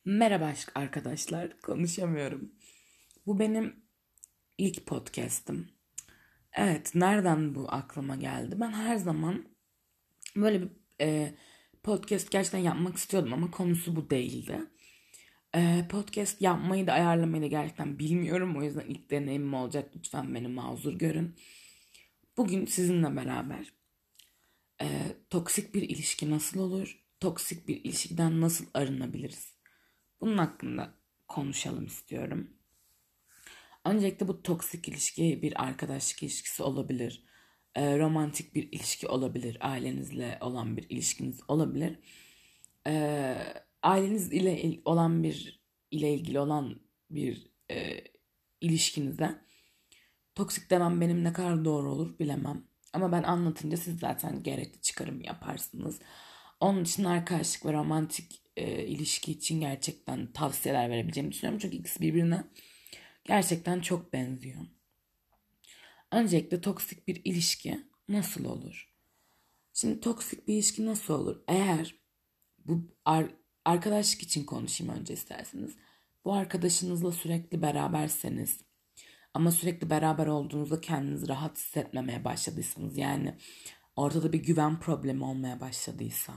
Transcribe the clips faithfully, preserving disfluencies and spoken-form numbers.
Merhaba aşk arkadaşlar, konuşamıyorum. Bu benim ilk podcast'ım. Evet, nereden bu aklıma geldi? Ben her zaman böyle bir e, podcast gerçekten yapmak istiyordum ama konusu bu değildi. E, podcast yapmayı da ayarlamayı da gerçekten bilmiyorum. O yüzden ilk deneyimim olacak. Lütfen beni mazur görün. Bugün sizinle beraber e, toksik bir ilişki nasıl olur? Toksik bir ilişkiden nasıl arınabiliriz? Bunun hakkında konuşalım istiyorum. Öncelikle bu toksik ilişki bir arkadaşlık ilişkisi olabilir. E, romantik bir ilişki olabilir. Ailenizle olan bir ilişkiniz olabilir. E, Aileniz ile olan bir ile ilgili olan bir e, ilişkinize toksik demem benim ne kadar doğru olur bilemem. Ama ben anlatınca siz zaten gerekli çıkarım yaparsınız. Onun için arkadaşlık ve romantik e, ilişki için gerçekten tavsiyeler verebileceğimi düşünüyorum. Çünkü ikisi birbirine gerçekten çok benziyor. Öncelikle toksik bir ilişki nasıl olur? Şimdi toksik bir ilişki nasıl olur? Eğer bu ar- arkadaşlık için konuşayım önce isterseniz. Bu arkadaşınızla sürekli beraberseniz ama sürekli beraber olduğunuzda kendinizi rahat hissetmemeye başladıysanız, yani ortada bir güven problemi olmaya başladıysa,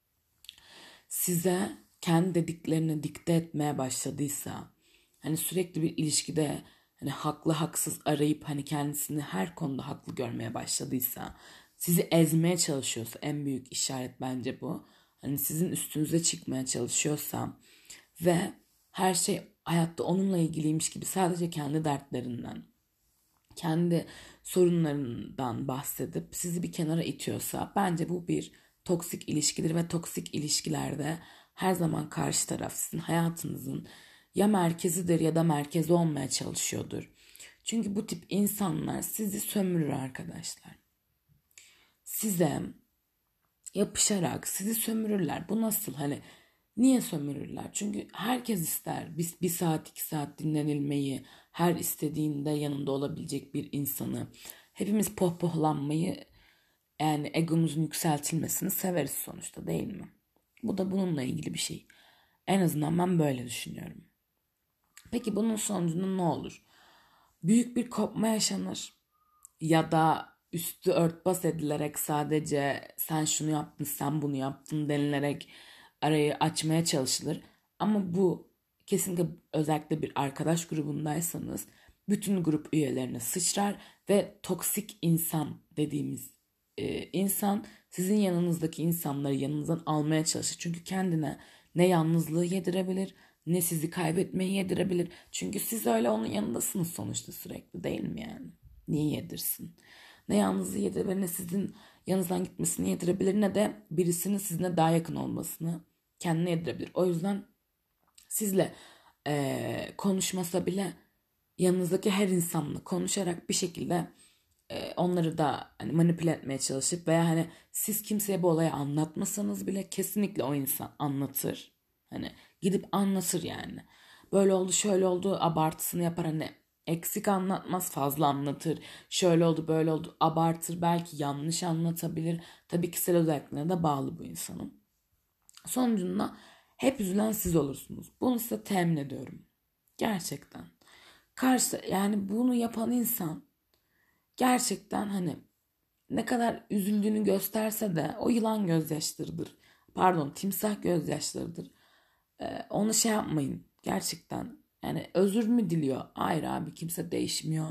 size kendi dediklerini dikte etmeye başladıysa, hani sürekli bir ilişkide hani haklı haksız arayıp hani kendisini her konuda haklı görmeye başladıysa, sizi ezmeye çalışıyorsa, en büyük işaret bence bu. Hani sizin üstünüze çıkmaya çalışıyorsa ve her şey hayatta onunla ilgiliymiş gibi sadece kendi dertlerinden, kendi sorunlarından bahsedip sizi bir kenara itiyorsa, bence bu bir toksik ilişkidir ve toksik ilişkilerde her zaman karşı taraf sizin hayatınızın ya merkezidir ya da merkezi olmaya çalışıyordur. Çünkü bu tip insanlar sizi sömürür arkadaşlar. Size yapışarak sizi sömürürler. Bu nasıl? Hani niye sömürürler? Çünkü herkes ister bir, bir saat iki saat dinlenilmeyi, her istediğinde yanında olabilecek bir insanı. Hepimiz pohpohlanmayı, yani egomuzun yükseltilmesini severiz sonuçta, değil mi? Bu da bununla ilgili bir şey. En azından ben böyle düşünüyorum. Peki bunun sonucunda ne olur? Büyük bir kopma yaşanır ya da üstü örtbas edilerek, sadece sen şunu yaptın sen bunu yaptın denilerek arayı açmaya çalışılır. Ama bu kesinlikle, özellikle bir arkadaş grubundaysanız, bütün grup üyelerine sıçrar ve toksik insan dediğimiz e, insan sizin yanınızdaki insanları yanınızdan almaya çalışır. Çünkü kendine ne yalnızlığı yedirebilir ne sizi kaybetmeyi yedirebilir. Çünkü siz öyle onun yanındasınız sonuçta, sürekli, değil mi yani? Niye yedirsin? Ne yalnızlığı yedirebilir, ne sizin yanınızdan gitmesini yedirebilir, ne de birisinin sizinle daha yakın olmasını kendine yedirebilir. O yüzden sizle eee, konuşmasa bile yanınızdaki her insanla konuşarak bir şekilde eee, onları da hani manipüle etmeye çalışıp veya hani siz kimseye bu olayı anlatmasanız bile kesinlikle o insan anlatır. Hani gidip anlatır yani. Böyle oldu şöyle oldu abartısını yapar, hani eksik anlatmaz, fazla anlatır. Şöyle oldu böyle oldu abartır, belki yanlış anlatabilir. Tabii kişisel özelliklerine de bağlı bu insanın. Sonucunda hep üzülen siz olursunuz. Bunu size temin ediyorum. Gerçekten. Karşı, yani bunu yapan insan gerçekten hani ne kadar üzüldüğünü gösterse de o yılan gözyaşlarıdır. Pardon, timsah gözyaşlarıdır. Ee, onu şey yapmayın. Gerçekten. Yani özür mü diliyor? Hayır abi, kimse değişmiyor.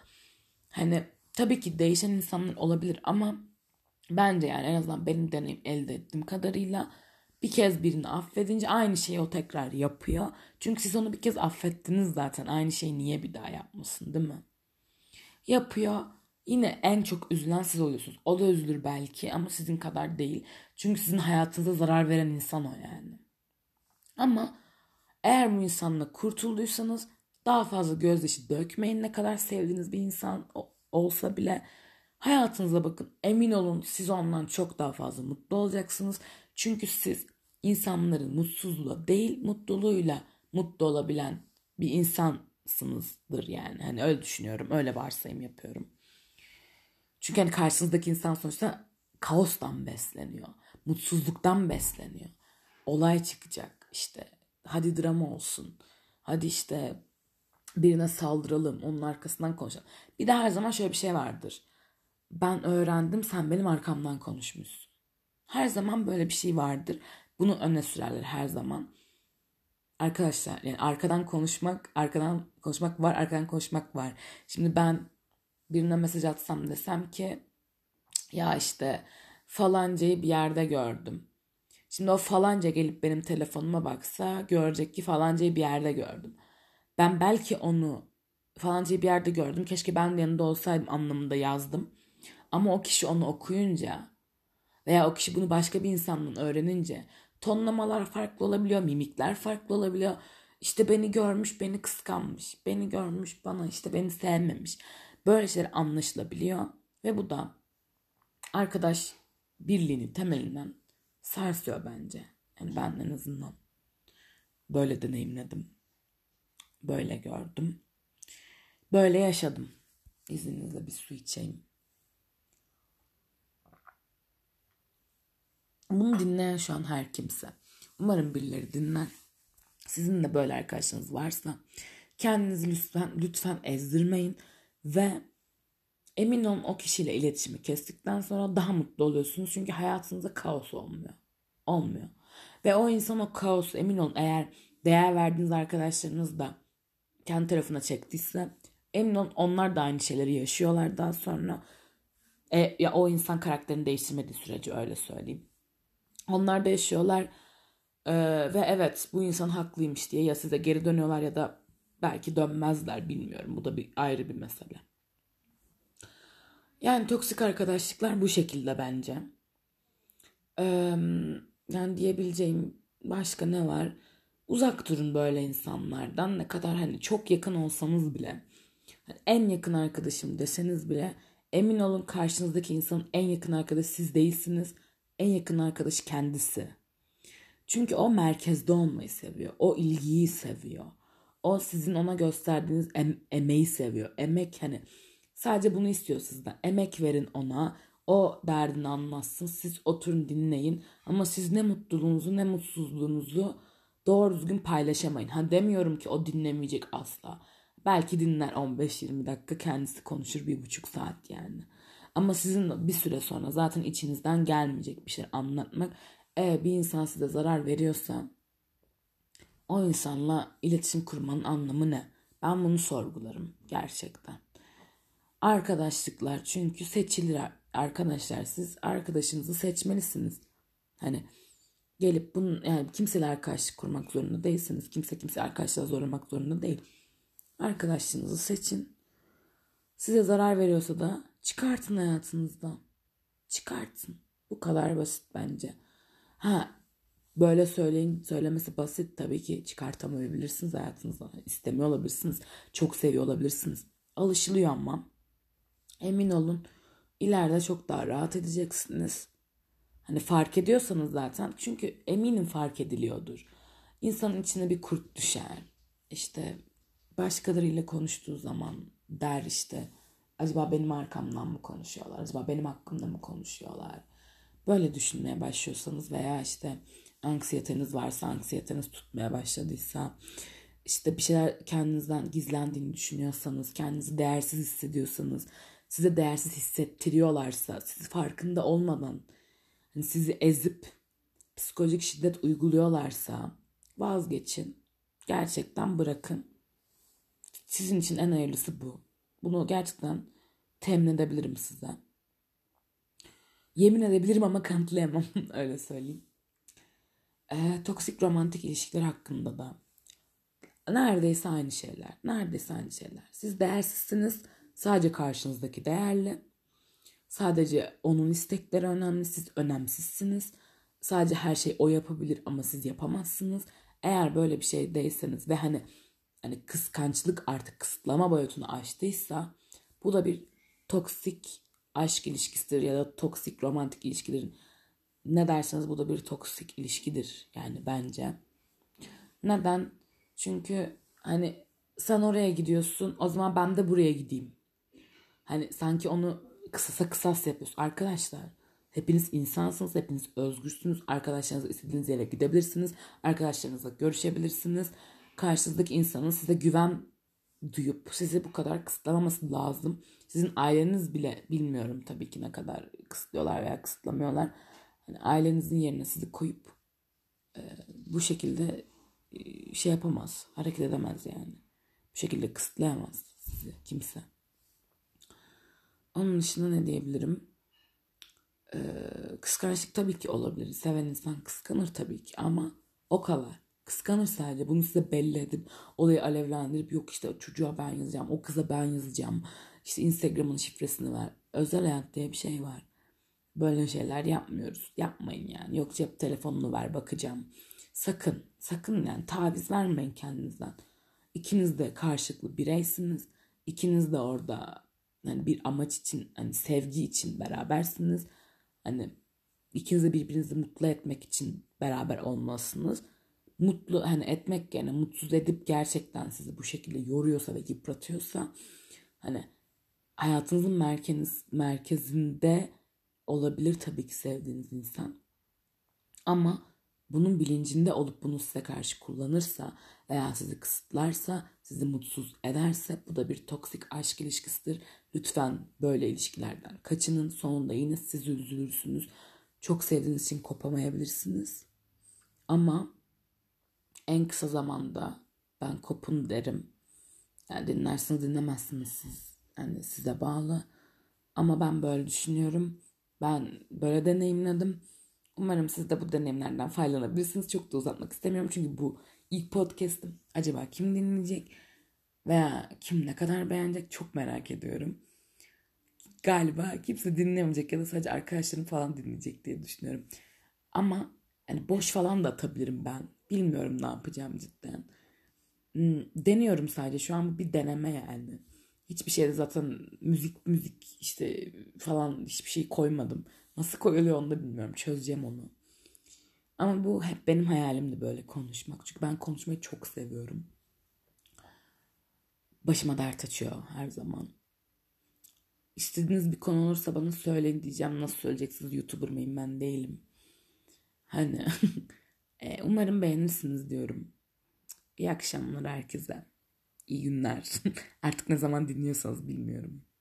Hani tabii ki değişen insanlar olabilir ama bence, yani en azından benim deneyim elde ettiğim kadarıyla, bir kez birini affedince aynı şeyi o tekrar yapıyor. Çünkü siz onu bir kez affettiniz zaten. Aynı şeyi niye bir daha yapmasın, değil mi? Yapıyor. Yine en çok üzülen siz oluyorsunuz. O da üzülür belki ama sizin kadar değil. Çünkü sizin hayatınıza zarar veren insan o yani. Ama eğer bu insanla kurtulduysanız daha fazla gözyaşı dökmeyin. Ne kadar sevdiğiniz bir insan olsa bile hayatınıza bakın. Emin olun siz ondan çok daha fazla mutlu olacaksınız. Çünkü siz insanların mutsuzluğuyla değil mutluluğuyla mutlu olabilen bir insansınızdır yani. Hani öyle düşünüyorum. Öyle varsayım yapıyorum. Çünkü hani karşınızdaki insan sonuçta kaostan besleniyor. Mutsuzluktan besleniyor. Olay çıkacak işte. hadi drama olsun. Hadi işte birine saldıralım, onun arkasından konuşalım. Bir de her zaman şöyle bir şey vardır. Ben öğrendim, sen benim arkamdan konuşmuşsun. Her zaman böyle bir şey vardır. Bunu öne sürerler her zaman. Arkadaşlar yani arkadan konuşmak, arkadan konuşmak var, arkadan konuşmak var. Şimdi ben birine mesaj atsam desem ki ya işte falancayı bir yerde gördüm. Şimdi o falanca gelip benim telefonuma baksa görecek ki falancayı bir yerde gördüm. Ben belki onu falancayı bir yerde gördüm. Keşke ben de yanında olsaydım anlamında yazdım. Ama o kişi onu okuyunca veya o kişi bunu başka bir insandan öğrenince tonlamalar farklı olabiliyor, mimikler farklı olabiliyor. İşte beni görmüş, beni kıskanmış, beni görmüş, bana işte beni sevmemiş. Böyle şeyler anlaşılabiliyor ve bu da arkadaş birliğinin temelinden sarsıyor bence. Yani ben en azından böyle deneyimledim. Böyle gördüm. Böyle yaşadım. İzninizle bir su içeyim. Bunu dinleyen şu an her kimse. Umarım birileri dinler. Sizin de böyle arkadaşlarınız varsa kendinizi lütfen, lütfen ezdirmeyin ve emin olun o kişiyle iletişimi kestikten sonra daha mutlu oluyorsunuz. Çünkü hayatınızda kaos olmuyor. Olmuyor. Ve o insan o kaosu emin olun eğer değer verdiğiniz arkadaşlarınız da kendi tarafına çektiyse emin olun onlar da aynı şeyleri yaşıyorlar daha sonra. E, ya o insan karakterini değiştirmediği sürece öyle söyleyeyim. Onlar da yaşıyorlar ee, ve evet bu insan haklıymış diye ya size geri dönüyorlar ya da belki dönmezler bilmiyorum. Bu da bir ayrı bir mesele. Yani toksik arkadaşlıklar bu şekilde bence. Ee, yani diyebileceğim başka ne var? Uzak durun böyle insanlardan. Ne kadar hani çok yakın olsanız bile, hani en yakın arkadaşım deseniz bile emin olun karşınızdaki insanın en yakın arkadaşı siz değilsiniz. En yakın arkadaşı kendisi. Çünkü o merkezde olmayı seviyor. O ilgiyi seviyor. O sizin ona gösterdiğiniz em- emeği seviyor. Emek hani sadece bunu istiyor sizden. Emek verin ona. O derdini anlatsın. Siz oturun dinleyin. Ama siz ne mutluluğunuzu ne mutsuzluğunuzu doğru düzgün paylaşamayın. Ha demiyorum ki o dinlemeyecek asla. Belki dinler on beş yirmi dakika kendisi konuşur bir buçuk saat yani. Ama sizin bir süre sonra zaten içinizden gelmeyecek bir şey anlatmak. Eğer bir insan size zarar veriyorsa o insanla iletişim kurmanın anlamı ne? Ben bunu sorgularım gerçekten. Arkadaşlıklar çünkü seçilir arkadaşlar. Siz arkadaşınızı seçmelisiniz. Hani gelip bunun yani kimseyle arkadaşlık kurmak zorunda değilsiniz. Kimse kimse arkadaşlığa zorlamak zorunda değil. Arkadaşlığınızı seçin. Size zarar veriyorsa da çıkartın hayatınızdan. Çıkartın. Bu kadar basit bence. Ha böyle söyleyin, söylemesi basit tabii ki çıkartamayabilirsiniz hayatınızdan. İstemiyor olabilirsiniz. Çok seviyor olabilirsiniz. Alışılıyor ama emin olun ileride çok daha rahat edeceksiniz. Hani fark ediyorsanız zaten çünkü eminim fark ediliyordur. İnsanın içine bir kurt düşer. İşte başkalarıyla konuştuğu zaman der işte acaba benim arkamdan mı konuşuyorlar? Acaba benim hakkımda mı konuşuyorlar? Böyle düşünmeye başlıyorsanız veya işte anksiyeteniz varsa, anksiyeteniz tutmaya başladıysa, işte bir şeyler kendinizden gizlendiğini düşünüyorsanız, kendinizi değersiz hissediyorsanız, size değersiz hissettiriyorlarsa, siz farkında olmadan hani sizi ezip psikolojik şiddet uyguluyorlarsa vazgeçin. Gerçekten bırakın. Sizin için en hayırlısı bu. Bunu gerçekten temin edebilirim size. Yemin edebilirim ama kanıtlayamam. Öyle söyleyeyim. Ee, toksik romantik ilişkiler hakkında da neredeyse aynı şeyler. Neredeyse aynı şeyler. Siz değersizsiniz. Sadece karşınızdaki değerli. Sadece onun istekleri önemli. Siz önemsizsiniz. Sadece her şey o yapabilir ama siz yapamazsınız. Eğer böyle bir şey değilseniz ve hani hani kıskançlık artık kısıtlama boyutunu aştıysa bu da bir toksik aşk ilişkisidir ya da toksik romantik ilişkilerin ne derseniz bu da bir toksik ilişkidir yani bence. Neden? Çünkü hani sen oraya gidiyorsun o zaman ben de buraya gideyim. Hani sanki onu kısasa kısas yapıyorsun. Arkadaşlar Hepiniz insansınız, hepiniz özgürsünüz. Arkadaşlarınızla istediğiniz yere gidebilirsiniz. Arkadaşlarınızla görüşebilirsiniz. Karşınızdaki insanın size güven duyup sizi bu kadar kısıtlamaması lazım. Sizin aileniz bile bilmiyorum tabii ki ne kadar kısıtlıyorlar veya kısıtlamıyorlar. Hani ailenizin yerine sizi koyup e, bu şekilde e, şey yapamaz, hareket edemez yani. Bu şekilde kısıtlayamaz sizi kimse. Onun dışında ne diyebilirim? Ee, kıskançlık tabii ki olabilir. Seven insan kıskanır tabii ki ama o kadar. Kıskanır sadece. Bunu size belli edip olayı alevlendirip yok işte o çocuğa ben yazacağım, o kıza ben yazacağım. İşte Instagram'ın şifresini ver. Özel hayat diye bir şey var. Böyle şeyler yapmıyoruz. Yapmayın yani. Yok cep telefonunu ver bakacağım. Sakın, sakın yani taviz vermeyin kendinizden. İkiniz de karşılıklı bireysiniz. İkiniz de orada hani bir amaç için, hani sevgi için berabersiniz. Hani ikiniz de birbirinizi mutlu etmek için beraber olmalısınız. Mutlu hani etmek yerine mutsuz edip gerçekten sizi bu şekilde yoruyorsa ve yıpratıyorsa hani hayatınızın merkez, merkezinde olabilir tabii ki sevdiğiniz insan. Ama bunun bilincinde olup bunu size karşı kullanırsa veya sizi kısıtlarsa, sizi mutsuz ederse bu da bir toksik aşk ilişkisidir. Lütfen böyle ilişkilerden kaçının. Sonunda yine siz üzülürsünüz. Çok sevdiğiniz için kopamayabilirsiniz. Ama en kısa zamanda ben kopun derim. Yani dinlersiniz dinlemezsiniz siz. Yani size bağlı. Ama ben böyle düşünüyorum. Ben böyle deneyimledim. Umarım siz de bu deneyimlerden faydalanabilirsiniz. Çok da uzatmak istemiyorum. Çünkü bu ilk podcast'ım. Acaba kim dinleyecek? Veya kim ne kadar beğenecek? Çok merak ediyorum. Galiba kimse dinlemeyecek ya da sadece arkadaşlarım falan dinleyecek diye düşünüyorum. Ama yani boş falan da atabilirim ben. Bilmiyorum ne yapacağım cidden. Hmm, deniyorum sadece. Şu an bu bir deneme yani. Hiçbir şeyde zaten müzik müzik işte falan hiçbir şey koymadım. Nasıl koyuluyor onu da bilmiyorum. Çözeceğim onu. Ama bu hep benim hayalimdi böyle konuşmak. Çünkü ben konuşmayı çok seviyorum. Başıma dert açıyor her zaman. İstediğiniz bir konu olursa bana söyleyin diyeceğim. Nasıl söyleyeceksiniz? YouTuber mıyım ben değilim. Hani e, umarım beğenirsiniz diyorum. İyi akşamlar herkese. İyi günler. Artık ne zaman dinliyorsanız bilmiyorum.